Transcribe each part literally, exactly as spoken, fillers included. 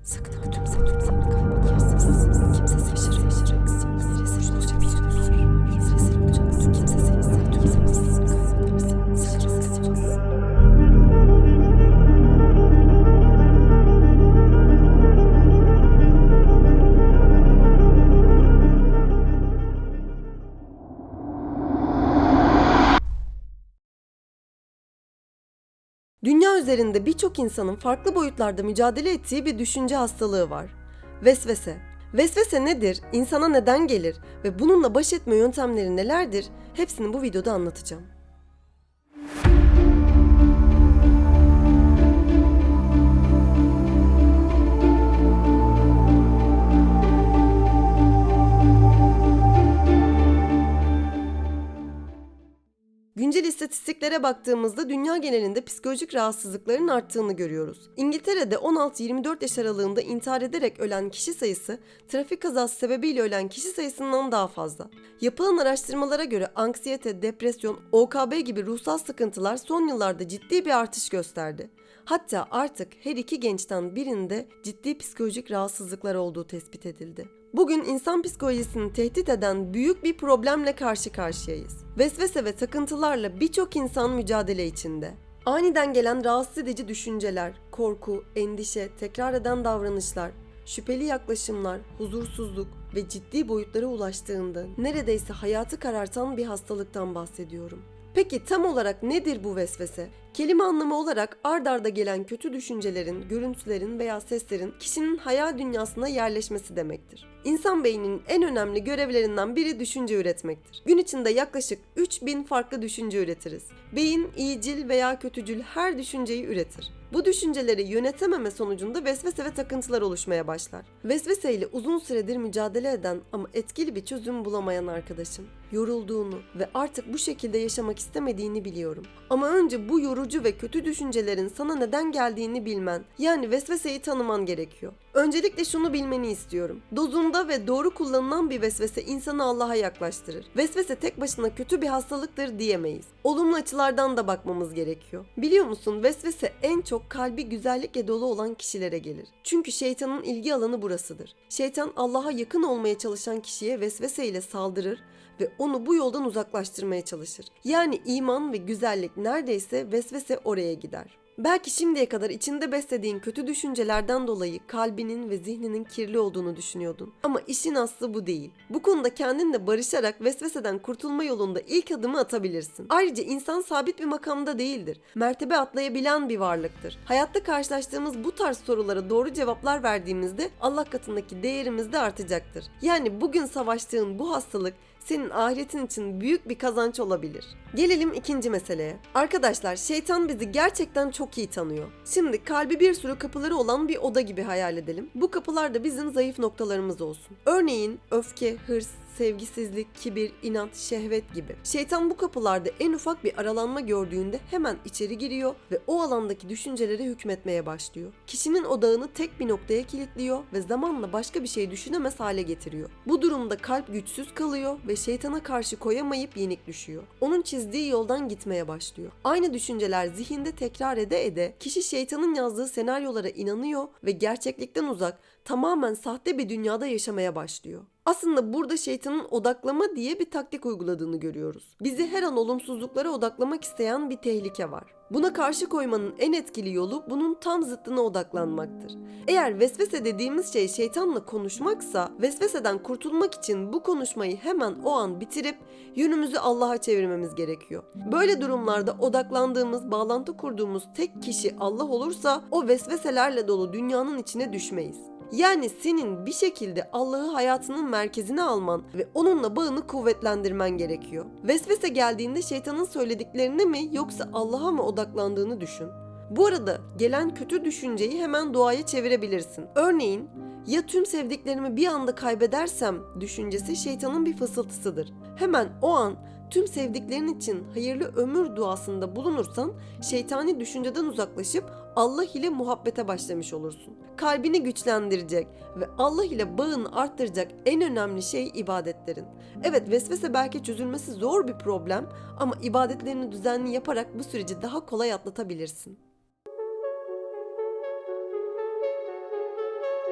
Sakın ama tüm sen tüm seni kaybediyorsun. Kimse şaşıracaksın. Neresi şunca bir var. Rezil olacaksın. Kimse seni sen tüm seni kaybedersin. Şaşıracaksın. Dünya üzerinde birçok insanın farklı boyutlarda mücadele ettiği bir düşünce hastalığı var. Vesvese. Vesvese nedir? İnsana neden gelir? Ve bununla baş etme yöntemleri nelerdir? Hepsini bu videoda anlatacağım. Güncel istatistiklere baktığımızda dünya genelinde psikolojik rahatsızlıkların arttığını görüyoruz. İngiltere'de on altı yirmi dört yaş aralığında intihar ederek ölen kişi sayısı, trafik kazası sebebiyle ölen kişi sayısından daha fazla. Yapılan araştırmalara göre anksiyete, depresyon, O K B gibi ruhsal sıkıntılar son yıllarda ciddi bir artış gösterdi. Hatta artık her iki gençten birinde ciddi psikolojik rahatsızlıklar olduğu tespit edildi. Bugün insan psikolojisini tehdit eden büyük bir problemle karşı karşıyayız. Vesvese ve takıntılarla birçok insan mücadele içinde. Aniden gelen rahatsız edici düşünceler, korku, endişe, tekrar eden davranışlar, şüpheli yaklaşımlar, huzursuzluk ve ciddi boyutlara ulaştığında neredeyse hayatı karartan bir hastalıktan bahsediyorum. Peki tam olarak nedir bu vesvese? Kelime anlamı olarak ard arda gelen kötü düşüncelerin, görüntülerin veya seslerin kişinin hayal dünyasına yerleşmesi demektir. İnsan beyninin en önemli görevlerinden biri düşünce üretmektir. Gün içinde yaklaşık üç bin farklı düşünce üretiriz. Beyin iyicil veya kötücül her düşünceyi üretir. Bu düşünceleri yönetememe sonucunda vesvese ve takıntılar oluşmaya başlar. Vesveseyle uzun süredir mücadele eden ama etkili bir çözüm bulamayan arkadaşım, yorulduğunu ve artık bu şekilde yaşamak istemediğini biliyorum. Ama önce bu yorucu ve kötü düşüncelerin sana neden geldiğini bilmen, yani vesveseyi tanıman gerekiyor. Öncelikle şunu bilmeni istiyorum. Dozunda ve doğru kullanılan bir vesvese insanı Allah'a yaklaştırır. Vesvese tek başına kötü bir hastalıktır diyemeyiz. Olumlu açılardan da bakmamız gerekiyor. Biliyor musun, vesvese en çok kalbi güzellikle dolu olan kişilere gelir. Çünkü şeytanın ilgi alanı burasıdır. Şeytan Allah'a yakın olmaya çalışan kişiye vesveseyle saldırır ve onu bu yoldan uzaklaştırmaya çalışır. Yani iman ve güzellik neredeyse vesvese oraya gider. Belki şimdiye kadar içinde beslediğin kötü düşüncelerden dolayı kalbinin ve zihninin kirli olduğunu düşünüyordun. Ama işin aslı bu değil. Bu konuda kendinle barışarak vesveseden kurtulma yolunda ilk adımı atabilirsin. Ayrıca insan sabit bir makamda değildir. Mertebe atlayabilen bir varlıktır. Hayatta karşılaştığımız bu tarz sorulara doğru cevaplar verdiğimizde Allah katındaki değerimiz de artacaktır. Yani bugün savaştığın bu hastalık senin ahiretin için büyük bir kazanç olabilir. Gelelim ikinci meseleye. Arkadaşlar, şeytan bizi gerçekten çok iyi tanıyor. Şimdi kalbi bir sürü kapıları olan bir oda gibi hayal edelim. Bu kapılar da bizim zayıf noktalarımız olsun. Örneğin öfke, hırs, sevgisizlik, kibir, inat, şehvet gibi. Şeytan bu kapılarda en ufak bir aralanma gördüğünde hemen içeri giriyor ve o alandaki düşüncelere hükmetmeye başlıyor. Kişinin odağını tek bir noktaya kilitliyor ve zamanla başka bir şey düşünemez hale getiriyor. Bu durumda kalp güçsüz kalıyor ve şeytana karşı koyamayıp yenik düşüyor. Onun çizdiği yoldan gitmeye başlıyor. Aynı düşünceler zihinde tekrar ede ede kişi şeytanın yazdığı senaryolara inanıyor ve gerçeklikten uzak, tamamen sahte bir dünyada yaşamaya başlıyor. Aslında burada şeytanın odaklama diye bir taktik uyguladığını görüyoruz. Bizi her an olumsuzluklara odaklamak isteyen bir tehlike var. Buna karşı koymanın en etkili yolu bunun tam zıttına odaklanmaktır. Eğer vesvese dediğimiz şey şeytanla konuşmaksa, vesveseden kurtulmak için bu konuşmayı hemen o an bitirip yönümüzü Allah'a çevirmemiz gerekiyor. Böyle durumlarda odaklandığımız, bağlantı kurduğumuz tek kişi Allah olursa o vesveselerle dolu dünyanın içine düşmeyiz. Yani senin bir şekilde Allah'ı hayatının merkezine alman ve onunla bağını kuvvetlendirmen gerekiyor. Vesvese geldiğinde şeytanın söylediklerine mi yoksa Allah'a mı odaklandığını düşün. Bu arada gelen kötü düşünceyi hemen duaya çevirebilirsin. Örneğin, ya tüm sevdiklerimi bir anda kaybedersem düşüncesi şeytanın bir fısıltısıdır. Hemen o an tüm sevdiklerin için hayırlı ömür duasında bulunursan şeytani düşünceden uzaklaşıp Allah ile muhabbete başlamış olursun. Kalbini güçlendirecek ve Allah ile bağını arttıracak en önemli şey ibadetlerin. Evet, vesvese belki çözülmesi zor bir problem ama ibadetlerini düzenli yaparak bu süreci daha kolay atlatabilirsin.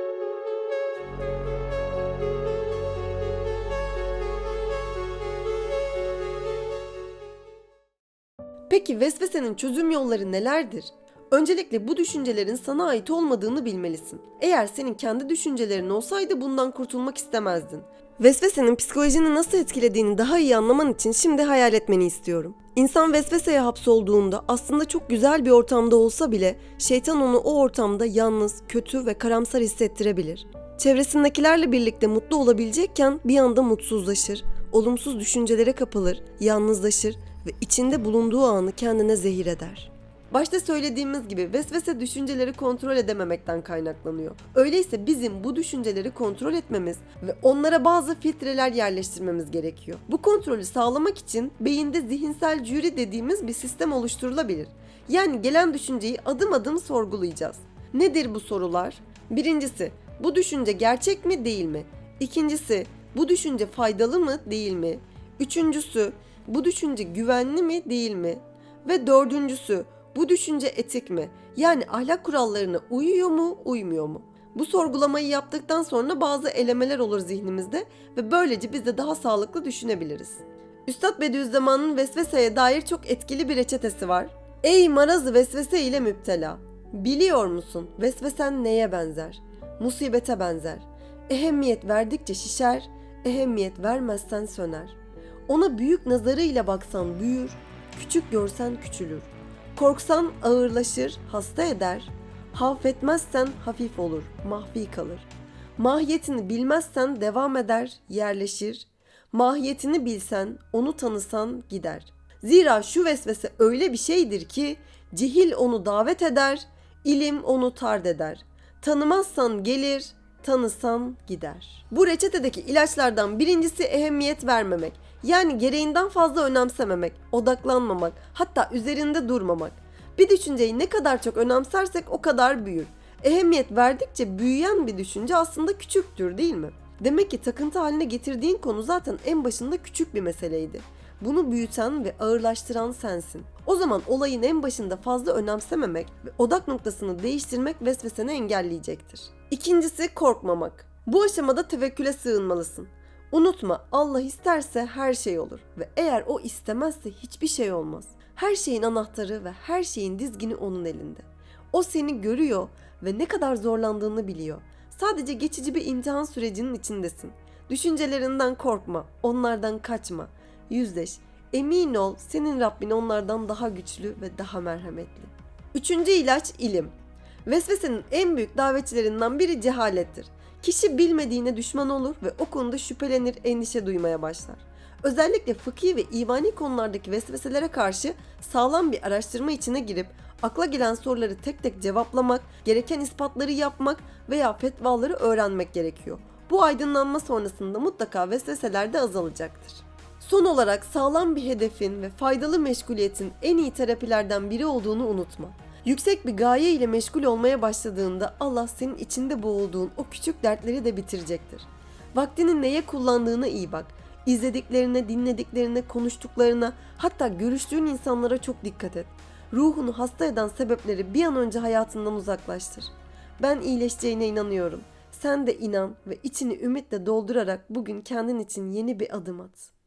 Peki vesvesenin çözüm yolları nelerdir? Öncelikle bu düşüncelerin sana ait olmadığını bilmelisin. Eğer senin kendi düşüncelerin olsaydı bundan kurtulmak istemezdin. Vesvesenin psikolojini nasıl etkilediğini daha iyi anlaman için şimdi hayal etmeni istiyorum. İnsan vesveseye hapsolduğunda aslında çok güzel bir ortamda olsa bile şeytan onu o ortamda yalnız, kötü ve karamsar hissettirebilir. Çevresindekilerle birlikte mutlu olabilecekken bir anda mutsuzlaşır, olumsuz düşüncelere kapılır, yalnızlaşır ve içinde bulunduğu anı kendine zehir eder. Başta söylediğimiz gibi vesvese düşünceleri kontrol edememekten kaynaklanıyor. Öyleyse bizim bu düşünceleri kontrol etmemiz ve onlara bazı filtreler yerleştirmemiz gerekiyor. Bu kontrolü sağlamak için beyinde zihinsel jüri dediğimiz bir sistem oluşturulabilir. Yani gelen düşünceyi adım adım sorgulayacağız. Nedir bu sorular? Birincisi, bu düşünce gerçek mi değil mi? İkincisi, bu düşünce faydalı mı değil mi? Üçüncüsü, bu düşünce güvenli mi değil mi? Ve dördüncüsü, bu düşünce etik mi? Yani ahlak kurallarına uyuyor mu, uymuyor mu? Bu sorgulamayı yaptıktan sonra bazı elemeler olur zihnimizde ve böylece biz de daha sağlıklı düşünebiliriz. Üstad Bediüzzaman'ın vesveseye dair çok etkili bir reçetesi var. Ey marazı vesvese ile müptela! Biliyor musun vesvesen neye benzer? Musibete benzer. Ehemmiyet verdikçe şişer, ehemmiyet vermezsen söner. Ona büyük nazarıyla baksan büyür, küçük görsen küçülür. Korksan ağırlaşır, hasta eder. Havfetmezsen hafif olur, mahfi kalır. Mahiyetini bilmezsen devam eder, yerleşir. Mahiyetini bilsen, onu tanısan gider. Zira şu vesvese öyle bir şeydir ki, cehil onu davet eder, ilim onu tard eder. Tanımazsan gelir, tanısan gider. Bu reçetedeki ilaçlardan birincisi ehemmiyet vermemek. Yani gereğinden fazla önemsememek, odaklanmamak, hatta üzerinde durmamak. Bir düşünceyi ne kadar çok önemsersek o kadar büyür. Ehemmiyet verdikçe büyüyen bir düşünce aslında küçüktür, değil mi? Demek ki takıntı haline getirdiğin konu zaten en başında küçük bir meseleydi. Bunu büyüten ve ağırlaştıran sensin. O zaman olayın en başında fazla önemsememek ve odak noktasını değiştirmek vesveseni engelleyecektir. İkincisi korkmamak. Bu aşamada tevekküle sığınmalısın. Unutma, Allah isterse her şey olur ve eğer o istemezse hiçbir şey olmaz. Her şeyin anahtarı ve her şeyin dizgini onun elinde. O seni görüyor ve ne kadar zorlandığını biliyor. Sadece geçici bir imtihan sürecinin içindesin. Düşüncelerinden korkma, onlardan kaçma. Yüzleş, emin ol senin Rabbin onlardan daha güçlü ve daha merhametli. Üçüncü ilaç ilim. Vesvesenin en büyük davetçilerinden biri cehalettir. Kişi bilmediğine düşman olur ve o konuda şüphelenir, endişe duymaya başlar. Özellikle fıkhi ve imani konulardaki vesveselere karşı sağlam bir araştırma içine girip akla gelen soruları tek tek cevaplamak, gereken ispatları yapmak veya fetvaları öğrenmek gerekiyor. Bu aydınlanma sonrasında mutlaka vesveseler de azalacaktır. Son olarak sağlam bir hedefin ve faydalı meşguliyetin en iyi terapilerden biri olduğunu unutma. Yüksek bir gaye ile meşgul olmaya başladığında Allah senin içinde boğulduğun o küçük dertleri de bitirecektir. Vaktini neye kullandığına iyi bak. İzlediklerine, dinlediklerine, konuştuklarına, hatta görüştüğün insanlara çok dikkat et. Ruhunu hasta eden sebepleri bir an önce hayatından uzaklaştır. Ben iyileşeceğine inanıyorum. Sen de inan ve içini ümitle doldurarak bugün kendin için yeni bir adım at.